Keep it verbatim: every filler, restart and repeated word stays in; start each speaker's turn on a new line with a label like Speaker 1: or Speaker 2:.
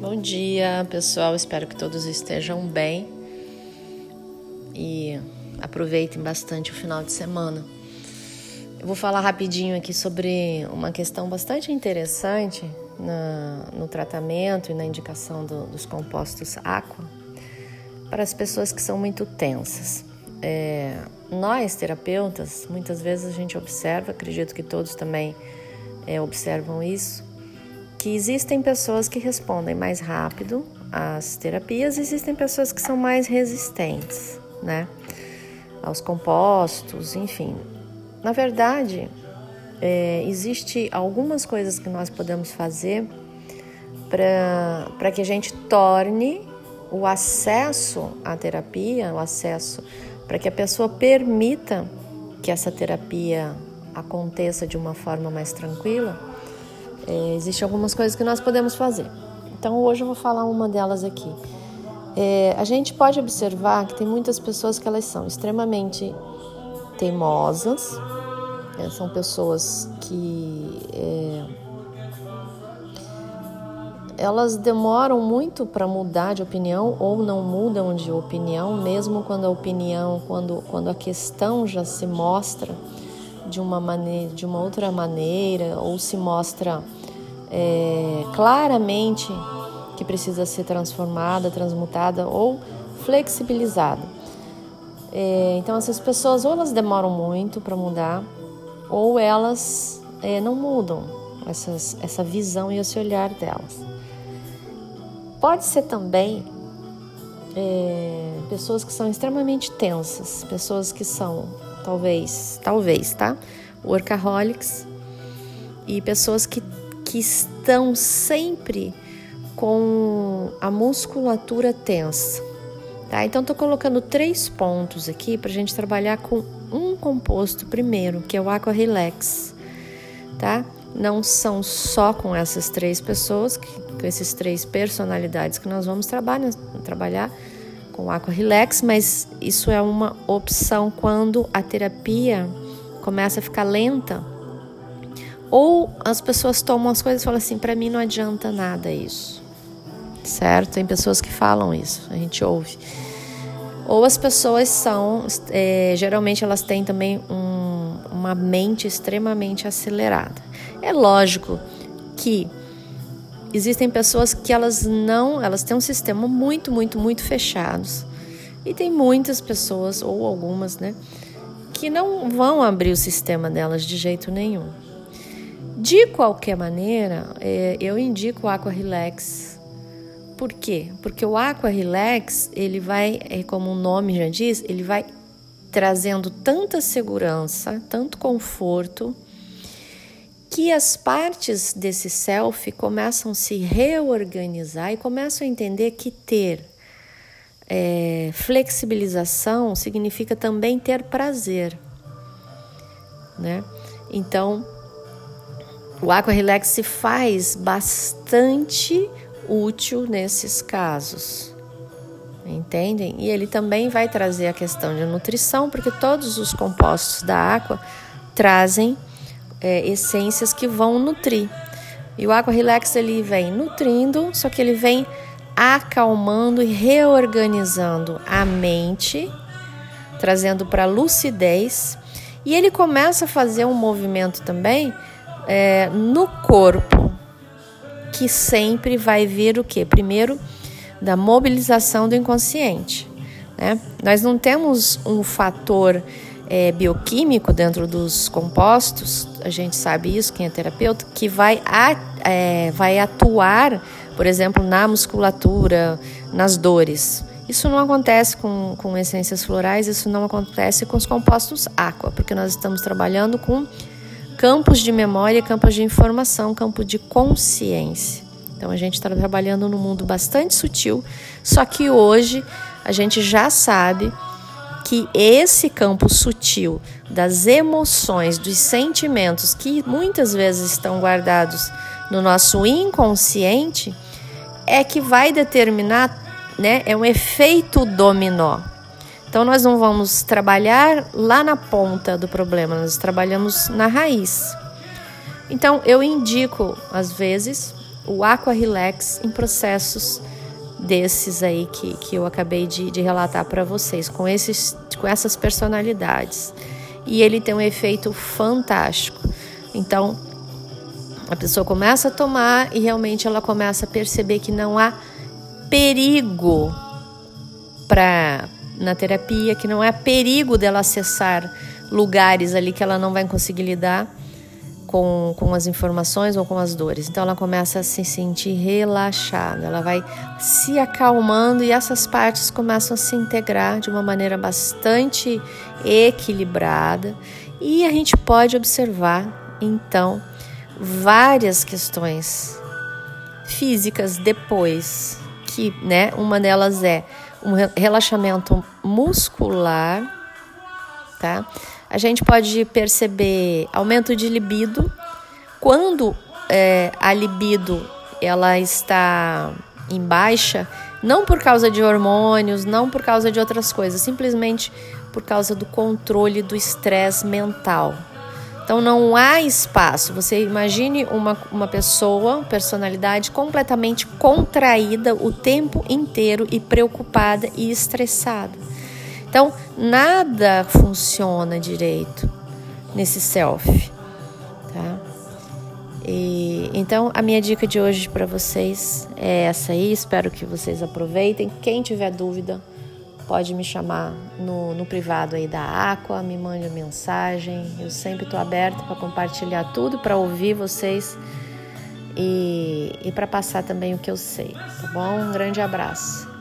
Speaker 1: Bom dia, pessoal. Espero que todos estejam bem e aproveitem bastante o final de semana. Eu vou falar rapidinho aqui sobre uma questão bastante interessante na, no tratamento e na indicação do, dos compostos Aqua para as pessoas que são muito tensas. É, nós, terapeutas, muitas vezes a gente observa, acredito que todos também é, observam isso, que existem pessoas que respondem mais rápido às terapias, existem pessoas que são mais resistentes, né, aos compostos, enfim. Na verdade, é, existe algumas coisas que nós podemos fazer para para que a gente torne o acesso à terapia, o acesso para que a pessoa permita que essa terapia aconteça de uma forma mais tranquila. É, existem algumas coisas que nós podemos fazer. Então hoje eu vou falar uma delas aqui. É, a gente pode observar que tem muitas pessoas que elas são extremamente teimosas, é, são pessoas que é, elas demoram muito para mudar de opinião ou não mudam de opinião, mesmo quando a opinião, quando, quando a questão já se mostra de uma maneira, de uma outra maneira, ou se mostra é, claramente que precisa ser transformada, transmutada ou flexibilizada. É, então essas pessoas ou elas demoram muito para mudar, ou elas é, não mudam essas, essa visão e esse olhar delas. Pode ser também é, pessoas que são extremamente tensas, pessoas que são talvez, talvez, tá? Workaholics e pessoas que, que estão sempre com a musculatura tensa, tá? Então, tô colocando três pontos aqui pra gente trabalhar com um composto primeiro, que é o Aqua Relax, tá? Não são só com essas três pessoas, que, com esses três personalidades que nós vamos trabalhar, trabalhar com Aqua Relax, mas isso é uma opção quando a terapia começa a ficar lenta ou as pessoas tomam as coisas e falam assim, para mim não adianta nada isso, certo? Tem pessoas que falam isso, a gente ouve. Ou as pessoas são, é, geralmente elas têm também um, uma mente extremamente acelerada. É lógico que existem pessoas que elas não, elas têm um sistema muito, muito, muito fechados. E tem muitas pessoas, ou algumas, né, que não vão abrir o sistema delas de jeito nenhum. De qualquer maneira, é, eu indico o Aqua Relax. Por quê? Porque o Aqua Relax, ele vai, é, como o nome já diz, ele vai trazendo tanta segurança, tanto conforto, que as partes desse self começam a se reorganizar e começam a entender que ter é, flexibilização significa também ter prazer, né? Então, o Aqua Relax se faz bastante útil nesses casos, entendem? E ele também vai trazer a questão de nutrição, porque todos os compostos da Aqua trazem É, essências que vão nutrir. E o Aqua Relax ele vem nutrindo, só que ele vem acalmando e reorganizando a mente, trazendo para lucidez. E ele começa a fazer um movimento também é, no corpo, que sempre vai vir o quê? Primeiro, da mobilização do inconsciente, né? Nós não temos um fator É, bioquímico dentro dos compostos, a gente sabe isso, quem é terapeuta, que vai, a, é, vai atuar, por exemplo, na musculatura, nas dores. Isso não acontece com, com essências florais, isso não acontece com os compostos Aqua, porque nós estamos trabalhando com campos de memória, campos de informação, campo de consciência. Então a gente está trabalhando num mundo bastante sutil, só que hoje a gente já sabe que esse campo sutil das emoções, dos sentimentos que muitas vezes estão guardados no nosso inconsciente é que vai determinar, né, é um efeito dominó. Então nós não vamos trabalhar lá na ponta do problema, nós trabalhamos na raiz. Então eu indico às vezes o Aqua Relax em processos desses aí que, que eu acabei de, de relatar para vocês, com, esses, com essas personalidades. E ele tem um efeito fantástico. Então, a pessoa começa a tomar e realmente ela começa a perceber que não há perigo pra, na terapia, que não há perigo dela acessar lugares ali que ela não vai conseguir lidar com, com as informações ou com as dores. Então ela começa a se sentir relaxada, ela vai se acalmando e essas partes começam a se integrar de uma maneira bastante equilibrada e a gente pode observar então várias questões físicas depois, que, né, uma delas é um relaxamento muscular, tá? A gente pode perceber aumento de libido quando é, a libido ela está em baixa, não por causa de hormônios, não por causa de outras coisas, simplesmente por causa do controle do estresse mental. Então não há espaço. Você imagine uma, uma pessoa, personalidade completamente contraída o tempo inteiro e preocupada e estressada. Então nada funciona direito nesse self, tá? E, então a minha dica de hoje para vocês é essa aí. Espero que vocês aproveitem. Quem tiver dúvida pode me chamar no, no privado aí da Aqua, me mande uma mensagem. Eu sempre estou aberta para compartilhar tudo, para ouvir vocês e, e para passar também o que eu sei, tá bom? Um grande abraço.